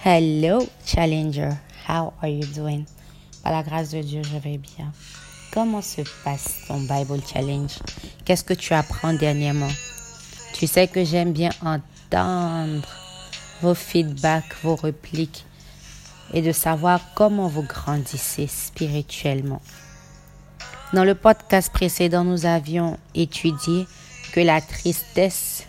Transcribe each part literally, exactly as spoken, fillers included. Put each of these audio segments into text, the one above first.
Hello, Challenger. How are you doing? Par la grâce de Dieu, je vais bien. Comment se passe ton Bible Challenge? Qu'est-ce que tu apprends dernièrement? Tu sais que j'aime bien entendre vos feedbacks, vos répliques et de savoir comment vous grandissez spirituellement. Dans le podcast précédent, nous avions étudié que la tristesse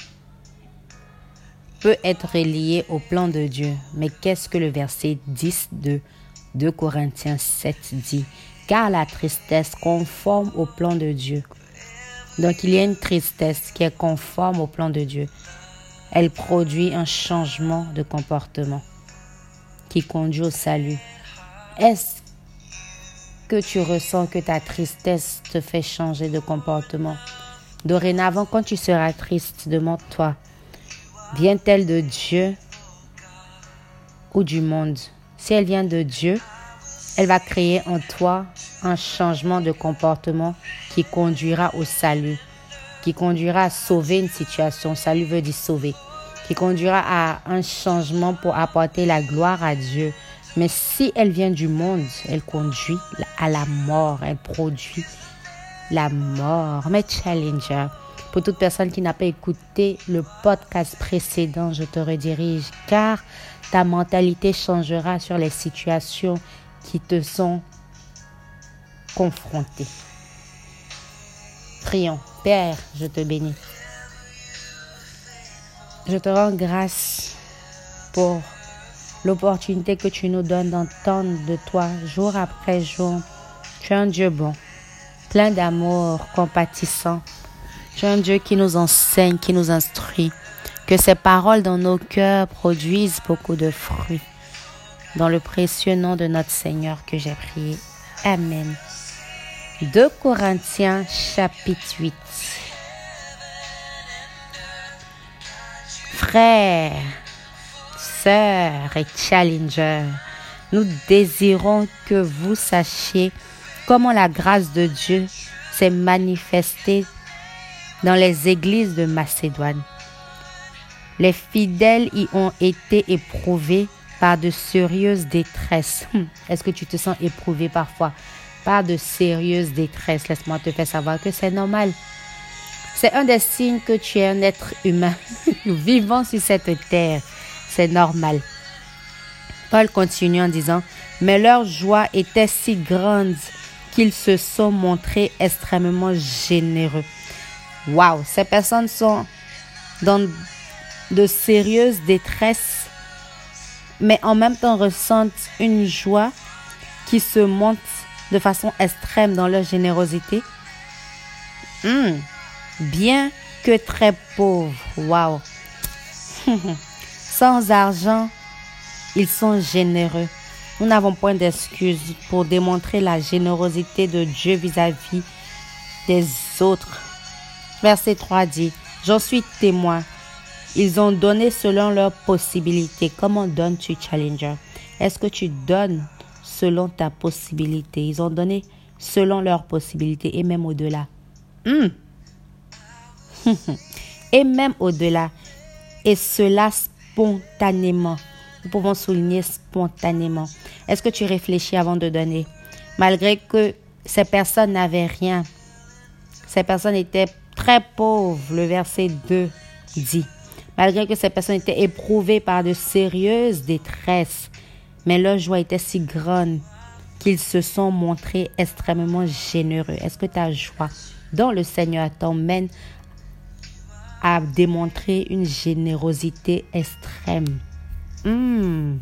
peut être liée au plan de Dieu. Mais qu'est-ce que le verset dix de deux Corinthiens sept dit? Car la tristesse conforme au plan de Dieu. Donc il y a une tristesse qui est conforme au plan de Dieu. Elle produit un changement de comportement qui conduit au salut. Est-ce que tu ressens que ta tristesse te fait changer de comportement? Dorénavant, quand tu seras triste, demande-toi, vient-elle de Dieu ou du monde? Si elle vient de Dieu, elle va créer en toi un changement de comportement qui conduira au salut, qui conduira à sauver une situation. Salut veut dire sauver. Qui conduira à un changement pour apporter la gloire à Dieu. Mais si elle vient du monde, elle conduit à la mort, elle produit la mort. Mais Challenger, pour toute personne qui n'a pas écouté le podcast précédent, je te redirige car ta mentalité changera sur les situations qui te sont confrontées. Prions. Père, je te bénis. Je te rends grâce pour l'opportunité que tu nous donnes d'entendre de toi jour après jour. Tu es un Dieu bon, plein d'amour, compatissant. Tu es un Dieu qui nous enseigne, qui nous instruit. Que ces paroles dans nos cœurs produisent beaucoup de fruits. Dans le précieux nom de notre Seigneur que j'ai prié. Amen. deux Corinthiens chapitre huit. Frères, sœurs et challengers, nous désirons que vous sachiez comment la grâce de Dieu s'est manifestée dans les églises de Macédoine. Les fidèles y ont été éprouvés par de sérieuses détresses. Hum, est-ce que tu te sens éprouvé parfois par de sérieuses détresses? Laisse-moi te faire savoir que c'est normal. C'est un des signes que tu es un être humain. Nous vivons sur cette terre. C'est normal. Paul continue en disant, mais leur joie était si grande qu'ils se sont montrés extrêmement généreux. Waouh, ces personnes sont dans de sérieuses détresses, mais en même temps ressentent une joie qui se montre de façon extrême dans leur générosité. Mmh. Bien que très pauvres, waouh. Sans argent, ils sont généreux. Nous n'avons point d'excuses pour démontrer la générosité de Dieu vis-à-vis des autres. Verset trois dit, j'en suis témoin. Ils ont donné selon leurs possibilités. Comment donnes-tu, Challenger? Est-ce que tu donnes selon ta possibilité? Ils ont donné selon leurs possibilités et même au-delà. Mmh. Et même au-delà. Et cela spontanément. Nous pouvons souligner spontanément. Est-ce que tu réfléchis avant de donner? Malgré que ces personnes n'avaient rien. Ces personnes étaient très pauvres. Le verset deux dit. Malgré que ces personnes étaient éprouvées par de sérieuses détresses. Mais leur joie était si grande qu'ils se sont montrés extrêmement généreux. Est-ce que ta joie dans le Seigneur t'emmène à démontrer une générosité extrême? Mmh.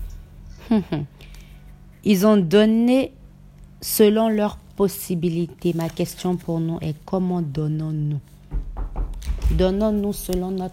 Ils ont donné selon leurs possibilités. Ma question pour nous est comment donnons-nous? Donnons-nous selon notre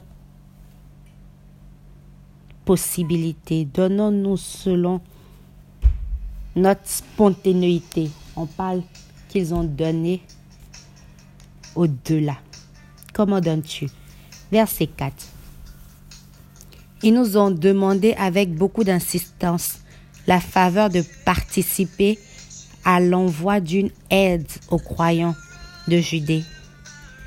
possibilité. Donnons-nous selon notre spontanéité. On parle qu'ils ont donné au-delà. Comment donnes-tu? Verset quatre. Ils nous ont demandé avec beaucoup d'insistance la faveur de participer à l'envoi d'une aide aux croyants de Judée.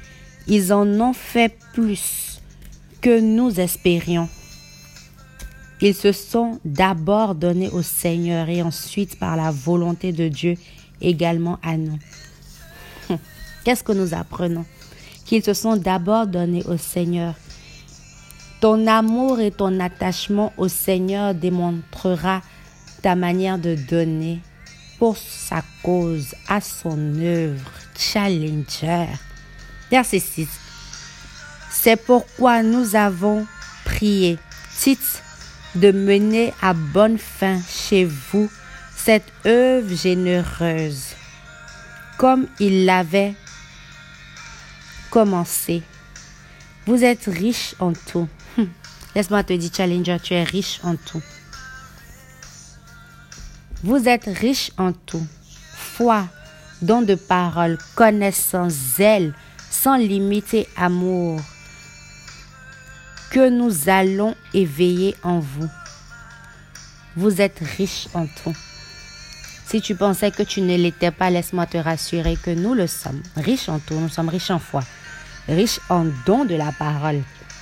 Ils en ont fait plus que nous espérions. Ils se sont d'abord donnés au Seigneur et ensuite par la volonté de Dieu également à nous. Qu'est-ce que nous apprenons? Qu'ils se sont d'abord donnés au Seigneur. Ton amour et ton attachement au Seigneur démontrera ta manière de donner pour sa cause, à son œuvre. Challenger. Verset six. C'est pourquoi nous avons prié, Tite, de mener à bonne fin chez vous cette œuvre généreuse, comme il l'avait commencé. Vous êtes riche en tout. Laisse-moi te dire, Challenger, tu es riche en tout. Vous êtes riche en tout. Foi, don de parole, connaissance, zèle, sans limite et amour, que nous allons éveiller en vous. Vous êtes riche en tout. Si tu pensais que tu ne l'étais pas, laisse-moi te rassurer que nous le sommes. Riches en tout, nous sommes riches en foi. Riches en don de la parole.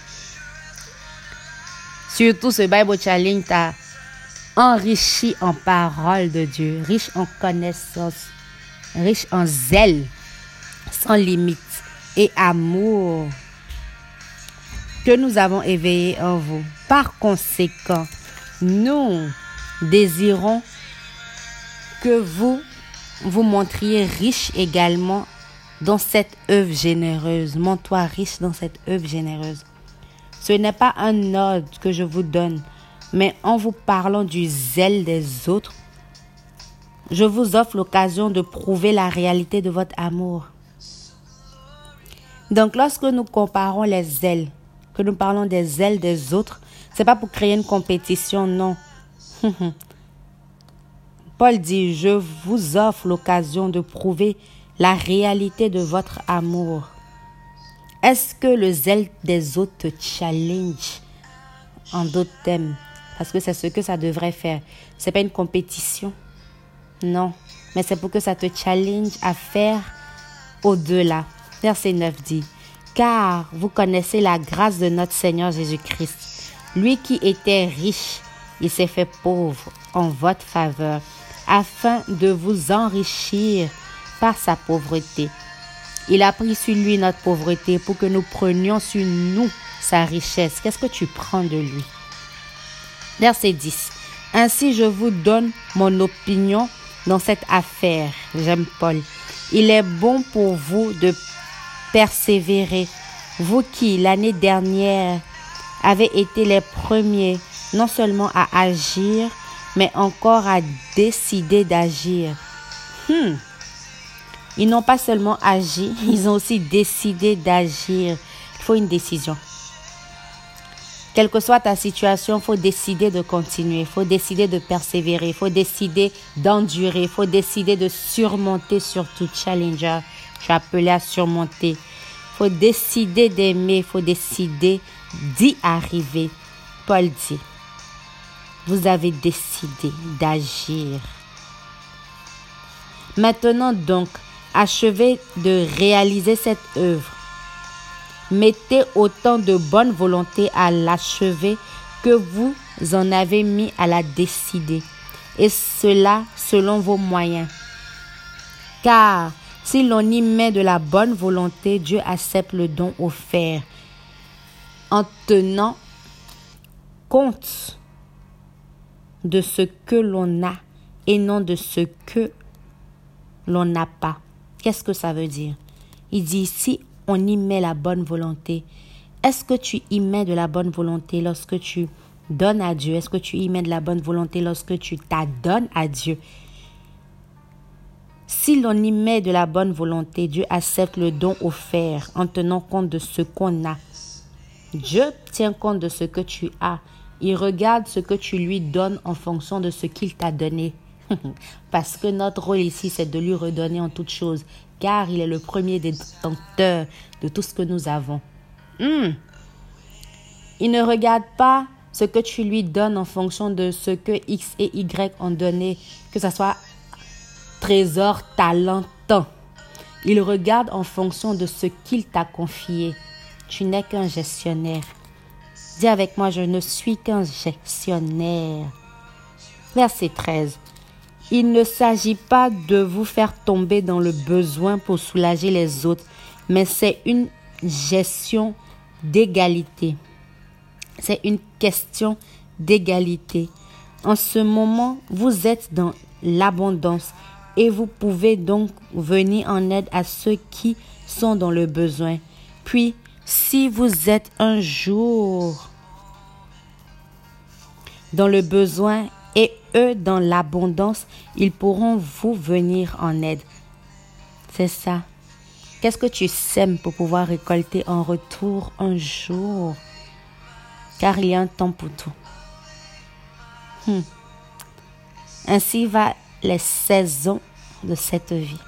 Surtout ce Bible Challenge t'a enrichi en parole de Dieu. Riche en connaissance. Riche en zèle. Sans limite. Et amour. Que nous avons éveillé en vous. Par conséquent, nous désirons que vous vous montriez riche également dans cette œuvre généreuse. Montre-toi riche dans cette œuvre généreuse. Ce n'est pas un ordre que je vous donne, mais en vous parlant du zèle des autres, je vous offre l'occasion de prouver la réalité de votre amour. Donc, lorsque nous comparons les zèles, que nous parlons des zèles des autres, c'est pas pour créer une compétition, non. Paul dit, je vous offre l'occasion de prouver la réalité de votre amour. Est-ce que le zèle des autres te challenge en d'autres thèmes? Parce que c'est ce que ça devrait faire. C'est pas une compétition. Non. Mais c'est pour que ça te challenge à faire au-delà. Verset neuf dit, car vous connaissez la grâce de notre Seigneur Jésus-Christ. Lui qui était riche, il s'est fait pauvre en votre faveur, afin de vous enrichir par sa pauvreté. Il a pris sur lui notre pauvreté pour que nous prenions sur nous sa richesse. Qu'est-ce que tu prends de lui? Verset dix. Ainsi, je vous donne mon opinion dans cette affaire. J'aime Paul. Il est bon pour vous de persévérer. Vous qui, l'année dernière, avez été les premiers, non seulement à agir, mais encore à décider d'agir. Hmm. Ils n'ont pas seulement agi, ils ont aussi décidé d'agir. Il faut une décision. Quelle que soit ta situation, il faut décider de continuer, il faut décider de persévérer, il faut décider d'endurer, il faut décider de surmonter surtout. Challenger, je suis appelé à surmonter. Il faut décider d'aimer, il faut décider d'y arriver. Paul dit, vous avez décidé d'agir. Maintenant donc, achevez de réaliser cette œuvre. Mettez autant de bonne volonté à l'achever que vous en avez mis à la décider. Et cela selon vos moyens. Car si l'on y met de la bonne volonté, Dieu accepte le don offert en tenant compte de ce que l'on a et non de ce que l'on n'a pas. Qu'est-ce que ça veut dire? Il dit, si on y met la bonne volonté, est-ce que tu y mets de la bonne volonté lorsque tu donnes à Dieu? Est-ce que tu y mets de la bonne volonté lorsque tu t'adonnes à Dieu? Si l'on y met de la bonne volonté, Dieu accepte le don offert en tenant compte de ce qu'on a. Dieu tient compte de ce que tu as. Il regarde ce que tu lui donnes en fonction de ce qu'il t'a donné. Parce que notre rôle ici, c'est de lui redonner en toutes choses. Car il est le premier détenteur de tout ce que nous avons. Hmm. Il ne regarde pas ce que tu lui donnes en fonction de ce que X et Y ont donné. Que ce soit trésor, talent, temps. Il regarde en fonction de ce qu'il t'a confié. Tu n'es qu'un gestionnaire. Dis avec moi, je ne suis qu'un gestionnaire. Verset treize. Il ne s'agit pas de vous faire tomber dans le besoin pour soulager les autres, mais c'est une gestion d'égalité. C'est une question d'égalité. En ce moment, vous êtes dans l'abondance et vous pouvez donc venir en aide à ceux qui sont dans le besoin. Puis, si vous êtes un jour dans le besoin et eux dans l'abondance, ils pourront vous venir en aide. C'est ça. Qu'est-ce que tu sèmes pour pouvoir récolter en retour un jour? Car il y a un temps pour tout. Hmm. Ainsi va les saisons de cette vie.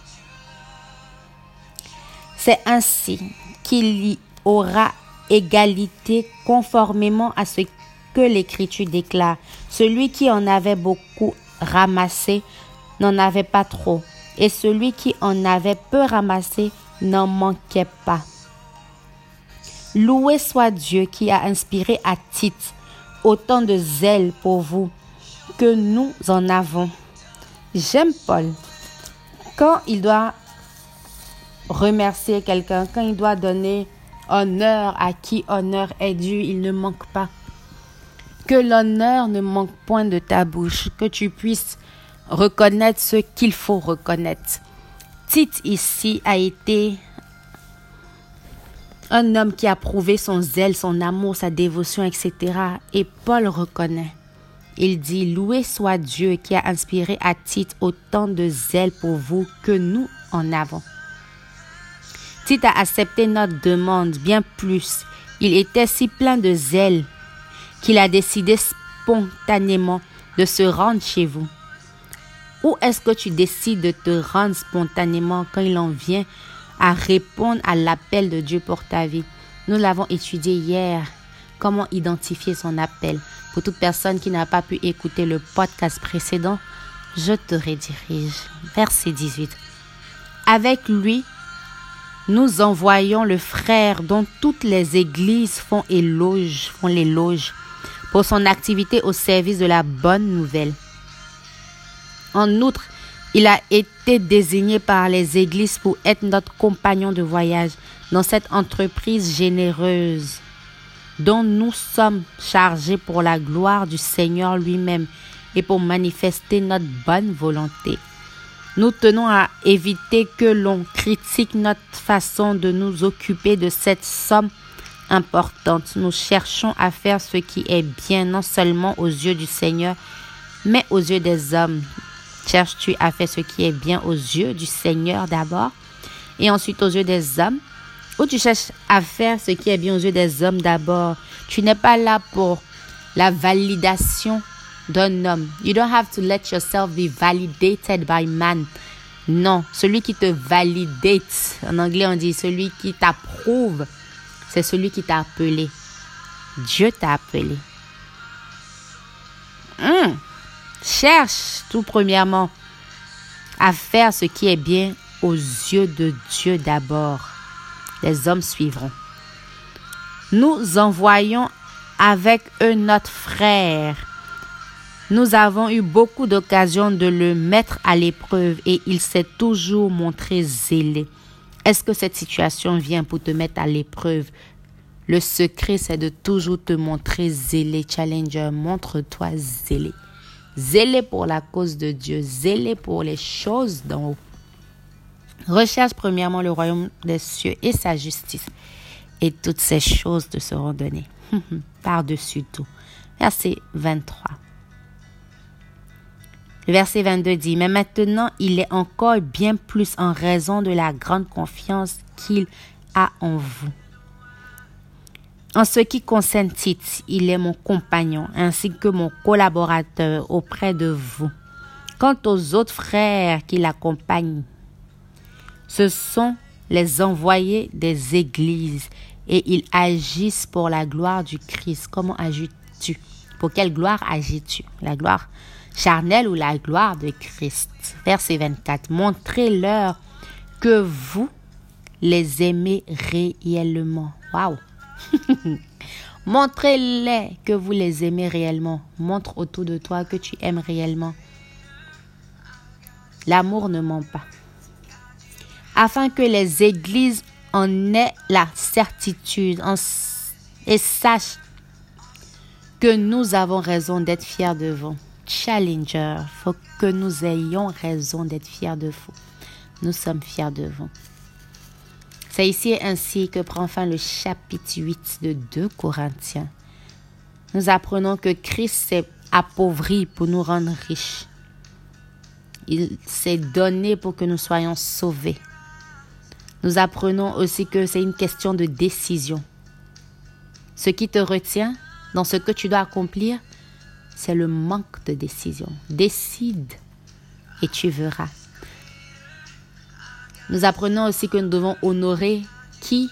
C'est ainsi qu'il y aura égalité conformément à ce que l'Écriture déclare. Celui qui en avait beaucoup ramassé n'en avait pas trop, et celui qui en avait peu ramassé n'en manquait pas. Loué soit Dieu qui a inspiré à Tite autant de zèle pour vous que nous en avons. J'aime Paul. Quand il doit remercier quelqu'un, quand il doit donner honneur à qui honneur est dû, il ne manque pas. Que l'honneur ne manque point de ta bouche, que tu puisses reconnaître ce qu'il faut reconnaître. Tite ici a été un homme qui a prouvé son zèle, son amour, sa dévotion, et cetera. Et Paul reconnaît. Il dit, loué soit Dieu qui a inspiré à Tite autant de zèle pour vous que nous en avons. Tite a accepté notre demande bien plus. Il était si plein de zèle qu'il a décidé spontanément de se rendre chez vous. Où est-ce que tu décides de te rendre spontanément quand il en vient à répondre à l'appel de Dieu pour ta vie? Nous l'avons étudié hier. Comment identifier son appel? Pour toute personne qui n'a pas pu écouter le podcast précédent, je te redirige. Verset dix-huit. Avec lui, nous envoyons le frère dont toutes les églises font éloge, font l'éloge pour son activité au service de la bonne nouvelle. En outre, il a été désigné par les églises pour être notre compagnon de voyage dans cette entreprise généreuse dont nous sommes chargés pour la gloire du Seigneur lui-même et pour manifester notre bonne volonté. Nous tenons à éviter que l'on critique notre façon de nous occuper de cette somme importante. Nous cherchons à faire ce qui est bien, non seulement aux yeux du Seigneur, mais aux yeux des hommes. Cherches-tu à faire ce qui est bien aux yeux du Seigneur d'abord et ensuite aux yeux des hommes? Ou tu cherches à faire ce qui est bien aux yeux des hommes d'abord? Tu n'es pas là pour la validation d'un homme. You don't have to let yourself be validated by man. Non, celui qui te validate, en anglais on dit celui qui t'approuve, c'est celui qui t'a appelé. Dieu t'a appelé. Hum. Cherche tout premièrement à faire ce qui est bien aux yeux de Dieu d'abord. Les hommes suivront. Nous envoyons avec eux notre frère. Nous avons eu beaucoup d'occasions de le mettre à l'épreuve et il s'est toujours montré zélé. Est-ce que cette situation vient pour te mettre à l'épreuve? Le secret, c'est de toujours te montrer zélé. Challenger, montre-toi zélé. Zélé pour la cause de Dieu, zélé pour les choses d'en haut. Recherche premièrement le royaume des cieux et sa justice, et toutes ces choses te seront données. Par-dessus tout. Verset vingt-trois. Le verset vingt-deux dit, « Mais maintenant, il est encore bien plus en raison de la grande confiance qu'il a en vous. En ce qui concerne Tite, il est mon compagnon ainsi que mon collaborateur auprès de vous. Quant aux autres frères qui l'accompagnent, ce sont les envoyés des églises et ils agissent pour la gloire du Christ. » Comment agis-tu? Pour quelle gloire agis-tu? La gloire charnelle ou la gloire de Christ? Verset vingt-quatre. « Montrez-leur que vous les aimez réellement. » Waouh! Montrez-les que vous les aimez réellement. Montre autour de toi que tu aimes réellement. L'amour ne ment pas. Afin que les églises en aient la certitude en, et sachent que nous avons raison d'être fiers de vous. Challenger, il faut que nous ayons raison d'être fiers de vous. Nous sommes fiers de vous. C'est ici ainsi que prend fin le chapitre huit de deux Corinthiens. Nous apprenons que Christ s'est appauvri pour nous rendre riches. Il s'est donné pour que nous soyons sauvés. Nous apprenons aussi que c'est une question de décision. Ce qui te retient dans ce que tu dois accomplir, c'est le manque de décision. Décide et tu verras. Nous apprenons aussi que nous devons honorer qui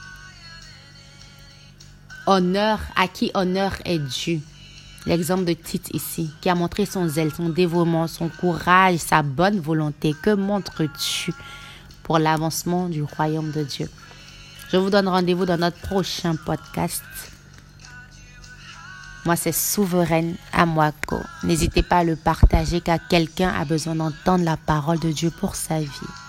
honneur, à qui honneur est dû. L'exemple de Tite ici, qui a montré son zèle, son dévouement, son courage, sa bonne volonté. Que montres-tu pour l'avancement du royaume de Dieu? Je vous donne rendez-vous dans notre prochain podcast. Moi, c'est Souveraine Amwako. N'hésitez pas à le partager car quelqu'un a besoin d'entendre la parole de Dieu pour sa vie.